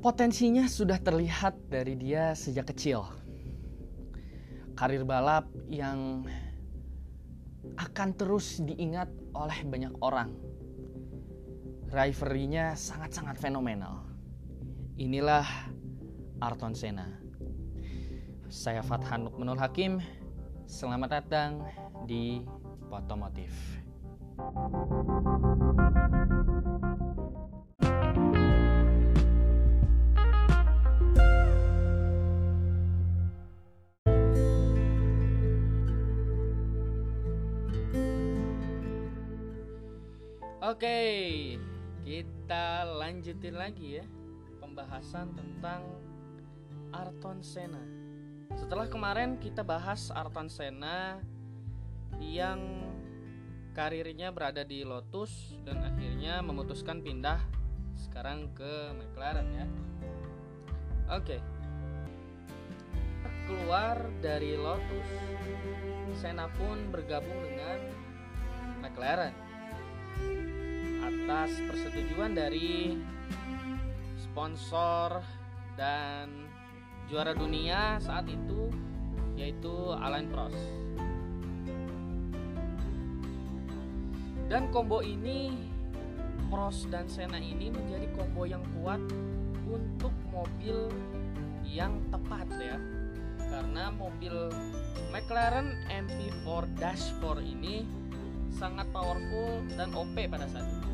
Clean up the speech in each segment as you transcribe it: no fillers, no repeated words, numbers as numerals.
Potensinya sudah terlihat dari dia sejak kecil. Karir balap yang akan terus diingat oleh banyak orang. Rivalry-nya sangat-sangat fenomenal. Inilah Ayrton Senna. Saya Fathan Lukmanul Hakim. Selamat datang di Potomotif. Oke, kita lanjutin lagi ya pembahasan tentang Ayrton Senna. Setelah kemarin kita bahas Ayrton Senna yang karirnya berada di Lotus dan akhirnya memutuskan pindah sekarang ke McLaren ya. Oke. Keluar dari Lotus, Senna pun bergabung dengan McLaren atas persetujuan dari sponsor dan juara dunia saat itu, yaitu Alain Prost. Dan combo ini, Prost dan Senna ini menjadi combo yang kuat untuk mobil yang tepat ya. Karena mobil McLaren MP4-4 ini sangat powerful dan OP pada saat itu.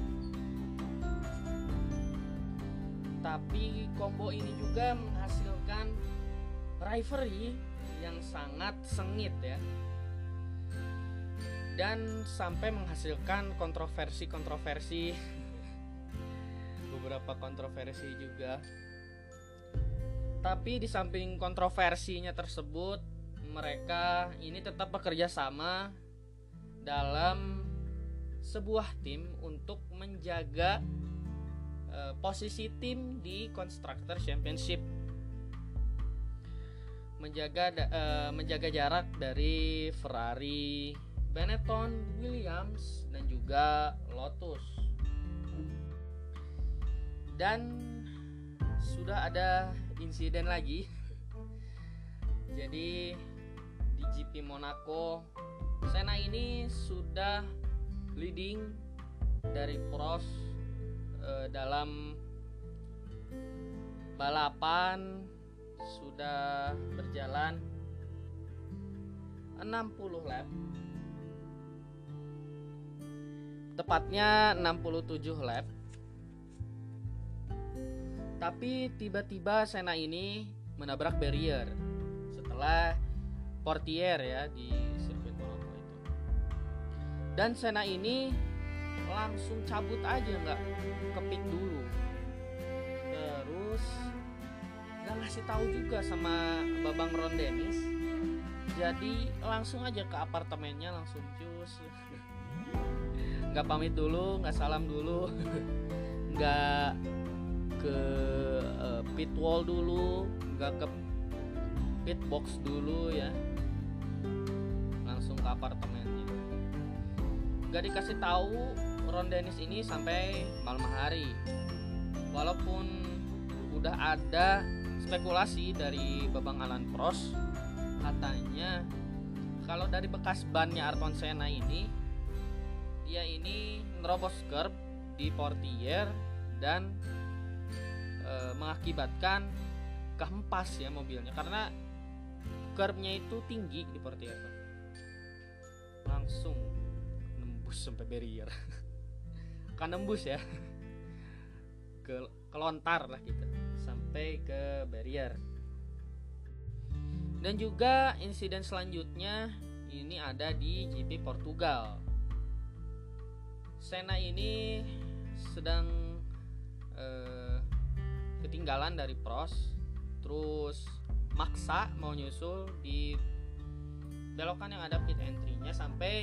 Tapi combo ini juga menghasilkan rivalry yang sangat sengit ya. Dan sampai menghasilkan kontroversi beberapa kontroversi juga. Tapi di samping kontroversinya tersebut, mereka ini tetap bekerja sama dalam sebuah tim untuk menjaga posisi tim di Constructor Championship, menjaga jarak dari Ferrari, Benetton, Williams, dan juga Lotus. Dan sudah ada insiden lagi. Jadi di GP Monaco, Senna ini sudah leading dari Prost dalam balapan. Sudah berjalan 60 lap, tepatnya 67 lap. Tapi tiba-tiba Senna ini menabrak barrier setelah portier ya di sirkuit Monaco itu. Dan Senna ini langsung cabut aja, nggak ke pit dulu, terus nggak ngasih tahu juga sama Babang Ron Dennis. Jadi langsung aja ke apartemennya, langsung cus, nggak pamit dulu, nggak salam dulu, nggak ke pit wall dulu, nggak ke pit box dulu ya, langsung ke apartemennya. Nggak dikasih tahu Ron Dennis ini sampai malam hari. Walaupun udah ada spekulasi dari Babang Alain Prost, katanya kalau dari bekas bannya Ayrton Senna ini, dia ini nerobos curb di portier dan mengakibatkan kehempas ya mobilnya, karena curbnya itu tinggi di portier, langsung nembus sampai barrier. Kan nembus ya, kelontar lah gitu sampai ke barrier. Dan juga insiden selanjutnya ini ada di GP Portugal. Senna ini sedang ketinggalan dari Prost, terus maksa mau nyusul di belokan yang ada pit entry-nya sampai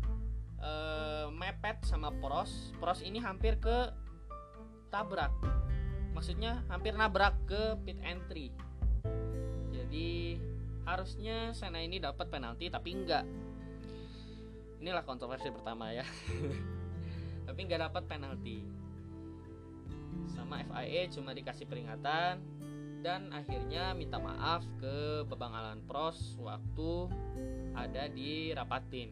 mepet sama Prost. Prost ini hampir ke tabrak, maksudnya hampir nabrak ke pit entry. Jadi harusnya Senna ini dapat penalti, tapi enggak. Inilah kontroversi pertama ya. Tapi enggak dapat penalti. sama FIA cuma dikasih peringatan dan akhirnya minta maaf ke Babang Alain Prost waktu ada di rapat tim.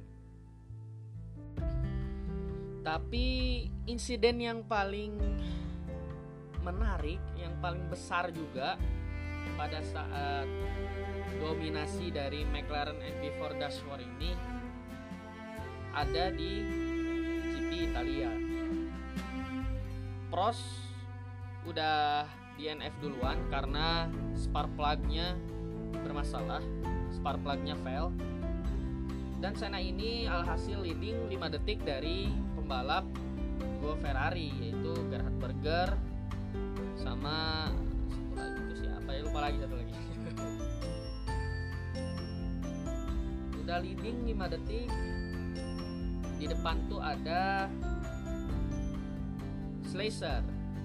Tapi insiden yang paling menarik, yang paling besar juga pada saat dominasi dari McLaren MP4 Dashboard ini ada di GP Italia. Prost udah DNF duluan karena spark plug-nya bermasalah, spark plug-nya fail. Dan Senna ini alhasil leading 5 detik dari pembalap dua Ferrari, yaitu Gerhard Berger sama satu lagi itu siapa ya, lupa lagi satu lagi. Udah leading 5 detik. Di depan tuh ada Schleicher,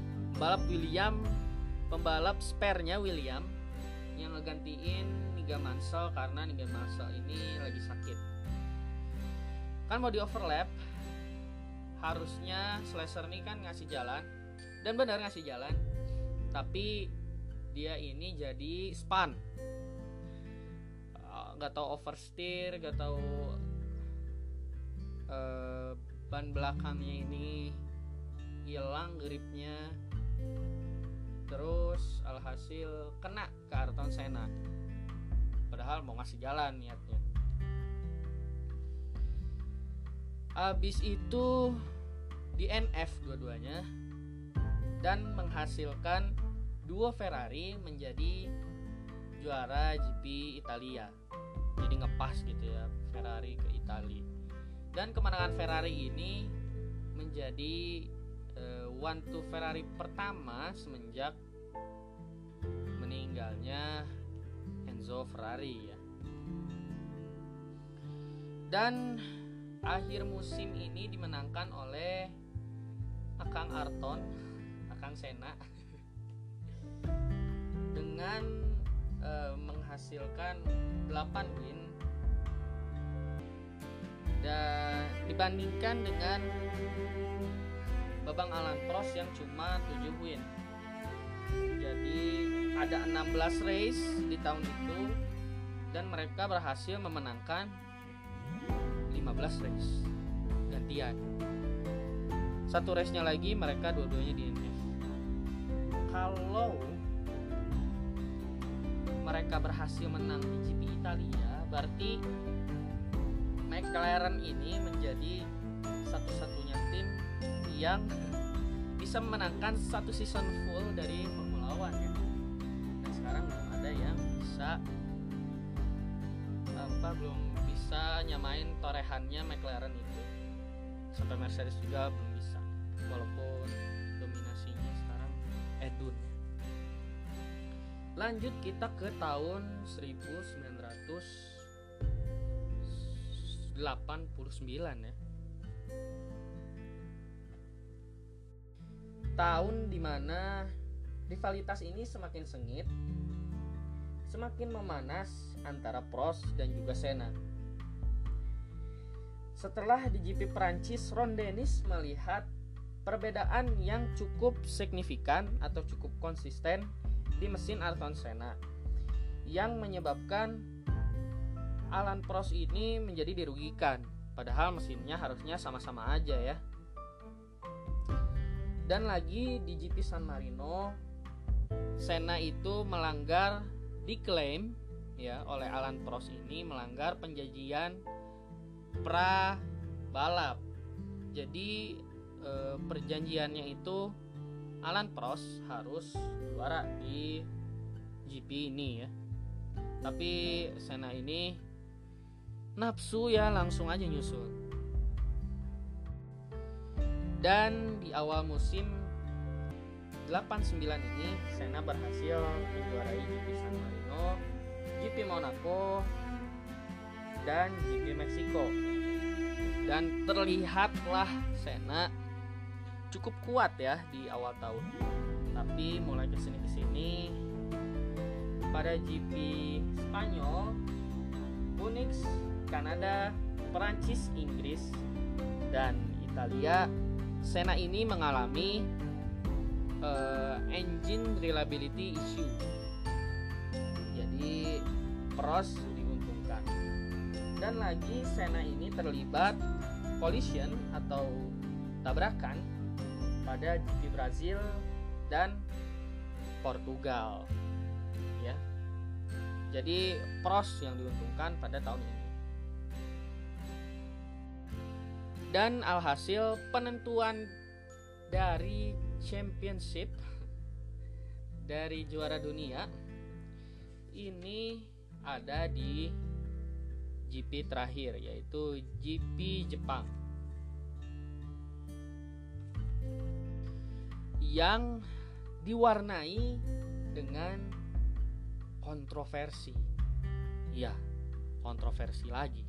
pembalap spare-nya William yang ngegantiin Nigel Mansell karena Nigel Mansell ini lagi sakit. Kan mau di overlap, harusnya Schleicher ini kan ngasih jalan, dan benar ngasih jalan, tapi dia ini jadi spun, gak tahu oversteer, gak tahu ban belakangnya ini hilang gripnya, terus alhasil kena ke Ayrton Senna, padahal mau ngasih jalan niatnya. Abis itu DNF dua-duanya dan menghasilkan dua Ferrari menjadi juara GP Italia. Jadi ngepas gitu ya, Ferrari ke Italia. Dan kemenangan Ferrari ini menjadi one-two Ferrari pertama semenjak meninggalnya Enzo Ferrari ya. Dan akhir musim ini dimenangkan oleh Akang Senna dengan menghasilkan 8 win, dan dibandingkan dengan Babang Alain Prost yang cuma 7 win. Jadi ada 16 race di tahun itu dan mereka berhasil memenangkan 15 race gantian. Satu race-nya lagi mereka dua-duanya DNF. Kalau mereka berhasil menang di GP Italia, berarti McLaren ini menjadi satu-satunya tim yang bisa memenangkan satu season full dari Formula One ya. Dan sekarang belum ada yang bisa nyamain torehannya McLaren itu. Sampai Mercedes juga belum bisa, walaupun dominasinya sekarang edun. Lanjut kita ke tahun 1989 ya. Tahun dimana rivalitas ini semakin sengit, semakin memanas antara Prost dan juga Senna. Setelah di GP Prancis, Ron Dennis melihat perbedaan yang cukup signifikan atau cukup konsisten di mesin Ayrton Senna, yang menyebabkan Alain Prost ini menjadi dirugikan, padahal mesinnya harusnya sama-sama aja ya. Dan lagi di GP San Marino, Senna itu melanggar, diklaim ya oleh Alain Prost ini melanggar penjanjian pra balap. Jadi perjanjiannya itu Alain Prost harus juara di GP ini ya. Tapi Senna ini nafsu ya, langsung aja nyusul. Dan di awal musim 89 ini Senna berhasil menjuarai GP San Marino, GP Monaco, dan GP Meksiko. Dan terlihatlah Senna cukup kuat ya di awal tahun. Tapi mulai kesini pada GP Spanyol, Phoenix, Kanada, Perancis, Inggris, dan Italia, Senna ini mengalami engine reliability issue. Jadi Prost diuntungkan. Dan lagi Senna ini terlibat collision atau tabrakan pada GP Brazil dan Portugal, ya. Jadi Prost yang diuntungkan pada tahun ini. Dan alhasil penentuan dari championship dari juara dunia ini ada di GP terakhir, yaitu GP Jepang, yang diwarnai dengan kontroversi. Ya, kontroversi lagi.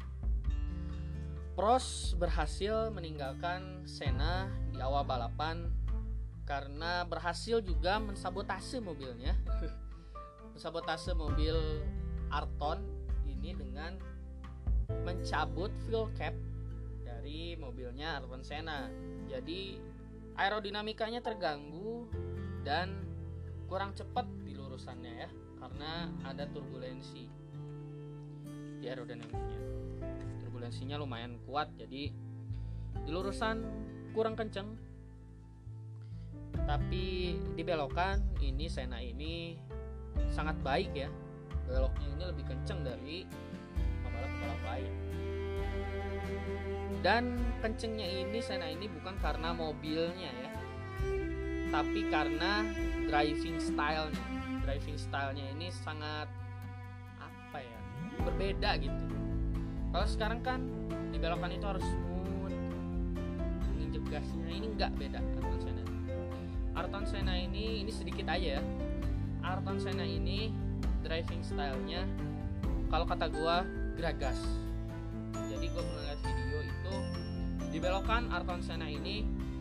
Prost berhasil meninggalkan Senna di awal balapan karena berhasil juga mensabotase mobilnya. Mensabotase mobil Ayrton ini dengan mencabut fuel cap dari mobilnya Ayrton Senna. Jadi aerodinamikanya terganggu dan kurang cepat di lurusannya, ya, karena ada turbulensi di aerodinamiknya. Turbulensinya lumayan kuat, jadi di lurusan kurang kenceng. Tapi di belokan ini Senna ini sangat baik, ya. Beloknya ini lebih kenceng dari pembalap-pembalap lain. Dan kencengnya ini Senna ini bukan karena mobilnya, ya, tapi karena driving style-nya. Driving style-nya ini sangat berbeda gitu. Kalau sekarang kan di belokan itu harus smooth, menginjek gasnya. Ini enggak, beda Ayrton Senna. Ayrton Senna ini sedikit aja, ya. Ayrton Senna ini driving style-nya kalau kata gua geragas. Jadi gua pernah lihat video itu di belokan Ayrton Senna ini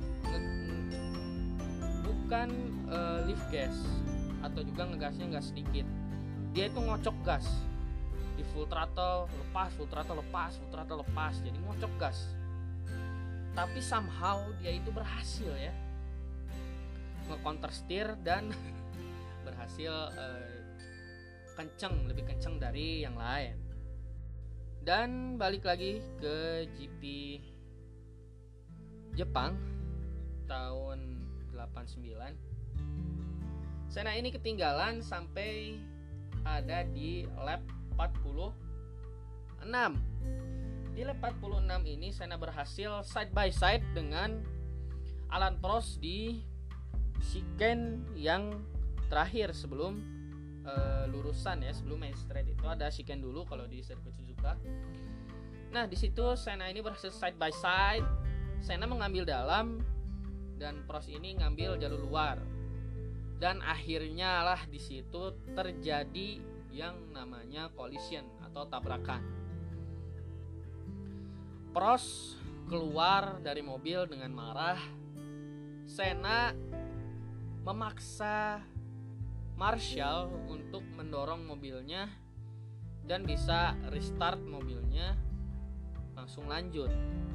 bukan lift gas atau juga ngegasnya nggak sedikit. Dia itu ngocok gas. Di full throttle lepas, full throttle lepas, full throttle lepas, jadi ngocok gas. Tapi somehow dia itu berhasil, ya, nge-counter steer dan berhasil lebih kenceng dari yang lain. Dan balik lagi ke GP Jepang tahun 89, Senna ini ketinggalan sampai ada di lap 46. Di lap 46 ini Senna berhasil side by side dengan Alain Prost di chicane yang terakhir sebelum lurusan, ya, sebelum main straight itu ada chicane dulu kalau di sirkuit Suzuka. Nah, di situ Senna ini berhasil side by side. Senna mengambil dalam dan Prost ini ngambil jalur luar. Dan akhirnya lah di situ terjadi yang namanya collision atau tabrakan. Prost keluar dari mobil dengan marah. Senna memaksa Marshall untuk mendorong mobilnya dan bisa restart mobilnya, langsung lanjut.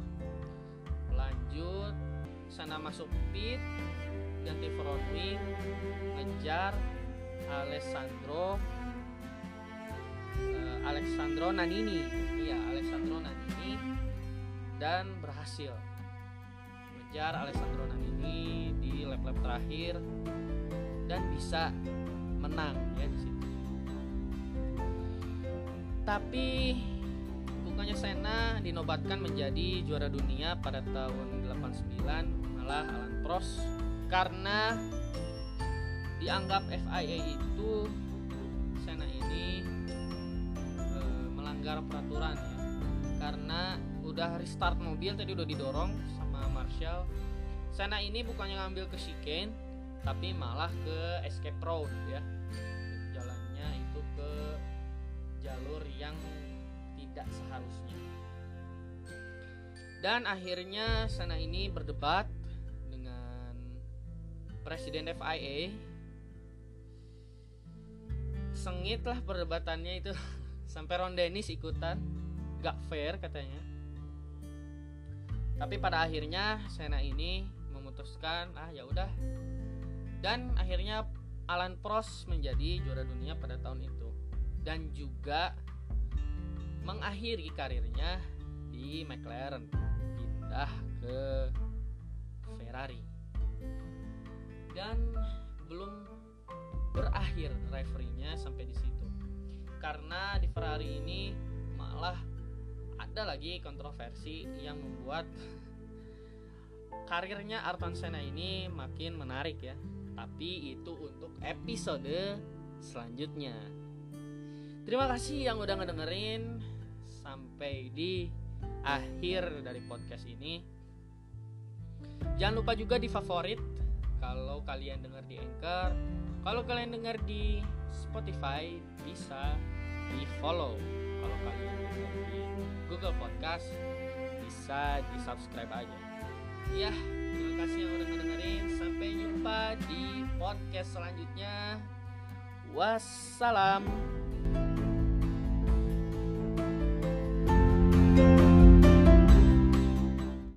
Senna masuk pit, ganti front wing, ngejar Alessandro Nannini, dan berhasil ngejar Alessandro Nannini di lap-lap terakhir dan bisa menang, ya, di situ. Tapi bukannya Senna dinobatkan menjadi juara dunia pada tahun 89, malah Alain Prost, karena dianggap FIA itu Senna ini melanggar peraturan, ya, karena udah restart mobil tadi udah didorong sama Marshall. Senna ini bukannya ngambil ke chicane tapi malah ke escape road, ya, jalannya itu ke jalur yang tidak seharusnya. Dan akhirnya Senna ini berdebat dengan Presiden FIA. Sengit lah perdebatannya itu sampai Ron Dennis ikutan, gak fair katanya. Tapi pada akhirnya Senna ini memutuskan, ya udah, Dan akhirnya Alan Prost menjadi juara dunia pada tahun itu dan juga mengakhiri karirnya di McLaren, pindah ke Ferrari. Dan belum berakhir rivalry-nya sampai di situ. Karena di Ferrari ini malah ada lagi kontroversi yang membuat karirnya Ayrton Senna ini makin menarik ya. Tapi itu untuk episode selanjutnya. Terima kasih yang udah ngedengerin sampai di akhir dari podcast ini. Jangan lupa juga di favorit kalau kalian denger di Anchor. Kalau kalian denger di Spotify bisa di follow. Kalau kalian denger di Google Podcast bisa di subscribe aja. Ya, terima kasih yang udah ngedengerin. Sampai jumpa di podcast selanjutnya. Wassalam.